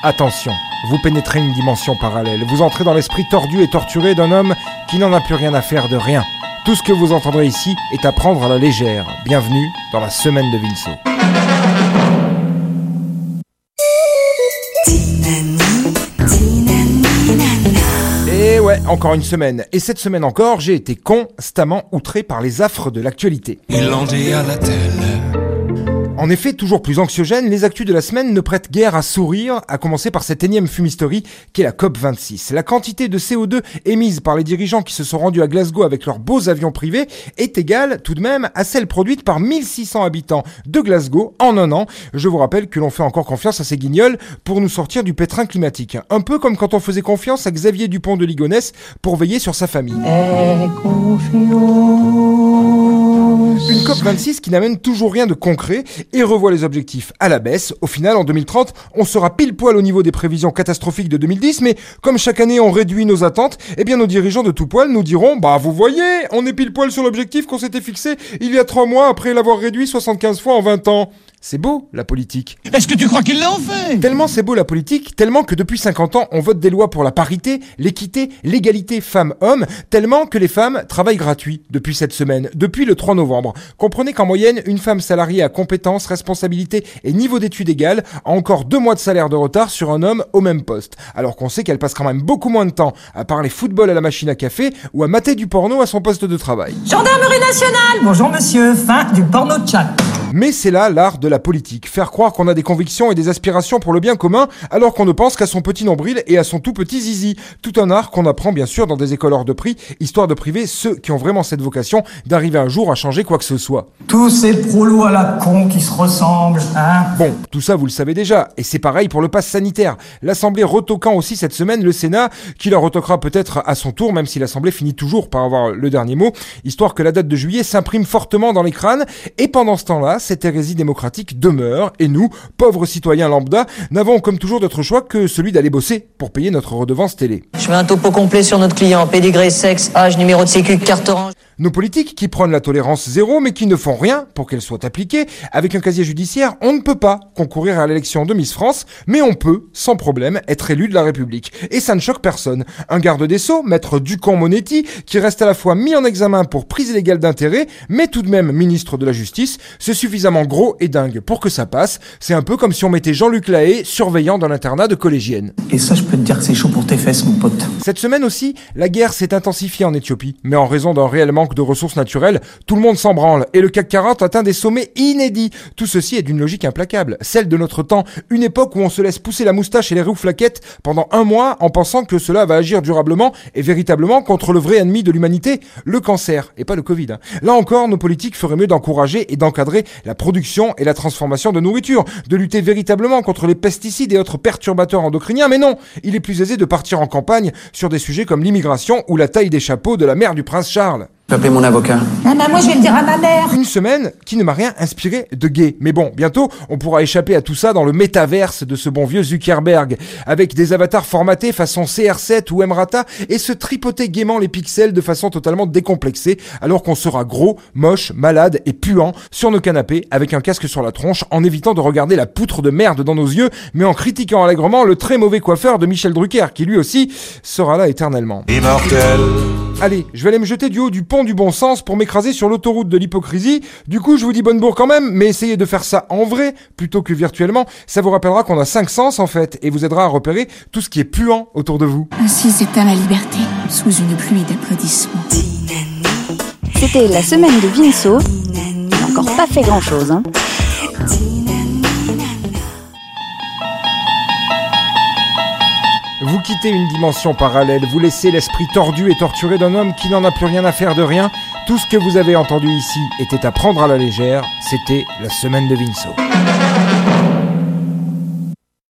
Attention, vous pénétrez une dimension parallèle. Vous entrez dans l'esprit tordu et torturé d'un homme qui n'en a plus rien à faire de rien. Tout ce que vous entendrez ici est à prendre à la légère. Bienvenue dans la semaine de Vinceau. Et ouais, encore une semaine. Et cette semaine encore, j'ai été constamment outré par les affres de l'actualité. Il en dit à la télé. En effet, toujours plus anxiogène, les actus de la semaine ne prêtent guère à sourire, à commencer par cette énième fumisterie qu'est la COP26. La quantité de CO2 émise par les dirigeants qui se sont rendus à Glasgow avec leurs beaux avions privés est égale tout de même à celle produite par 1600 habitants de Glasgow en un an. Je vous rappelle que l'on fait encore confiance à ces guignols pour nous sortir du pétrin climatique. Un peu comme quand on faisait confiance à Xavier Dupont de Ligonnès pour veiller sur sa famille. Une COP26 qui n'amène toujours rien de concret et revoit les objectifs à la baisse. Au final, en 2030, on sera pile poil au niveau des prévisions catastrophiques de 2010, mais comme chaque année on réduit nos attentes, eh bien nos dirigeants de tout poil nous diront « Bah vous voyez, on est pile poil sur l'objectif qu'on s'était fixé il y a 3 mois après l'avoir réduit 75 fois en 20 ans ». C'est beau, la politique. Est-ce que tu crois qu'ils l'ont fait ? Tellement c'est beau la politique, tellement que depuis 50 ans, on vote des lois pour la parité, l'équité, l'égalité femmes-hommes, tellement que les femmes travaillent gratuit depuis cette semaine, depuis le 3 novembre. Comprenez qu'en moyenne, une femme salariée à compétences, responsabilités et niveau d'études égal a encore 2 mois de salaire de retard sur un homme au même poste. Alors qu'on sait qu'elle passe quand même beaucoup moins de temps à parler football à la machine à café ou à mater du porno à son poste de travail. Gendarmerie nationale, bonjour monsieur, fin du porno chat. Mais c'est là l'art de la politique, faire croire qu'on a des convictions et des aspirations pour le bien commun alors qu'on ne pense qu'à son petit nombril et à son tout petit zizi. Tout un art qu'on apprend bien sûr dans des écoles hors de prix, histoire de priver ceux qui ont vraiment cette vocation d'arriver un jour à changer quoi que ce soit. Tous ces prolos à la con qui se ressemblent, hein. Bon, tout ça vous le savez déjà, et c'est pareil pour le pass sanitaire. L'Assemblée retoquant aussi cette semaine le Sénat, qui la retoquera peut-être à son tour, même si l'Assemblée finit toujours par avoir le dernier mot, histoire que la date de juillet s'imprime fortement dans les crânes, et pendant ce temps-là, cette hérésie démocratique demeure, et nous, pauvres citoyens lambda, n'avons comme toujours d'autre choix que celui d'aller bosser pour payer notre redevance télé. Je fais un topo complet sur notre client, pédigré, sexe, âge, numéro de sécu, carte orange. Nos politiques qui prônent la tolérance zéro mais qui ne font rien pour qu'elle soit appliquée, avec un casier judiciaire, on ne peut pas concourir à l'élection de Miss France, mais on peut, sans problème, être élu de la République. Et ça ne choque personne. Un garde des Sceaux, maître Ducamp-Monetti, qui reste à la fois mis en examen pour prise illégale d'intérêt, mais tout de même ministre de la Justice, c'est suffisamment gros et dingue pour que ça passe. C'est un peu comme si on mettait Jean-Luc Lahaye surveillant dans l'internat de collégiennes. Et ça, je peux te dire que c'est chaud pour tes fesses, mon pote. Cette semaine aussi, la guerre s'est intensifiée en Éthiopie, mais en raison d'un réel manque de ressources naturelles, tout le monde s'en branle et le CAC 40 atteint des sommets inédits. Tout ceci est d'une logique implacable, celle de notre temps, une époque où on se laisse pousser la moustache et les rouflaquettes pendant 1 mois en pensant que cela va agir durablement et véritablement contre le vrai ennemi de l'humanité, le cancer, et pas le Covid. Là encore, nos politiques feraient mieux d'encourager et d'encadrer la production et la transformation de nourriture, de lutter véritablement contre les pesticides et autres perturbateurs endocriniens, mais non, il est plus aisé de partir en campagne sur des sujets comme l'immigration ou la taille des chapeaux de la mère du prince Charles. Je vais appeler mon avocat. Ah bah moi je vais le dire à ma mère. Une semaine qui ne m'a rien inspiré de gai. Mais bon, bientôt, on pourra échapper à tout ça dans le métaverse de ce bon vieux Zuckerberg, avec des avatars formatés façon CR7 ou Emrata et se tripoter gaiement les pixels de façon totalement décomplexée, alors qu'on sera gros, moche, malade et puant sur nos canapés avec un casque sur la tronche en évitant de regarder la poutre de merde dans nos yeux, mais en critiquant allègrement le très mauvais coiffeur de Michel Drucker qui lui aussi sera là éternellement. Immortel. Allez, je vais aller me jeter du haut du pont du bon sens pour m'écraser sur l'autoroute de l'hypocrisie. Du coup, je vous dis bonne bourre quand même, mais essayez de faire ça en vrai, plutôt que virtuellement. Ça vous rappellera qu'on a 5 sens en fait, et vous aidera à repérer tout ce qui est puant autour de vous. Ainsi s'éteint la liberté, sous une pluie d'applaudissements. C'était la semaine de Vinceau. Il n'a encore pas fait grand-chose, hein. Vous quittez une dimension parallèle, vous laissez l'esprit tordu et torturé d'un homme qui n'en a plus rien à faire de rien. Tout ce que vous avez entendu ici était à prendre à la légère, c'était la semaine de Vinceau.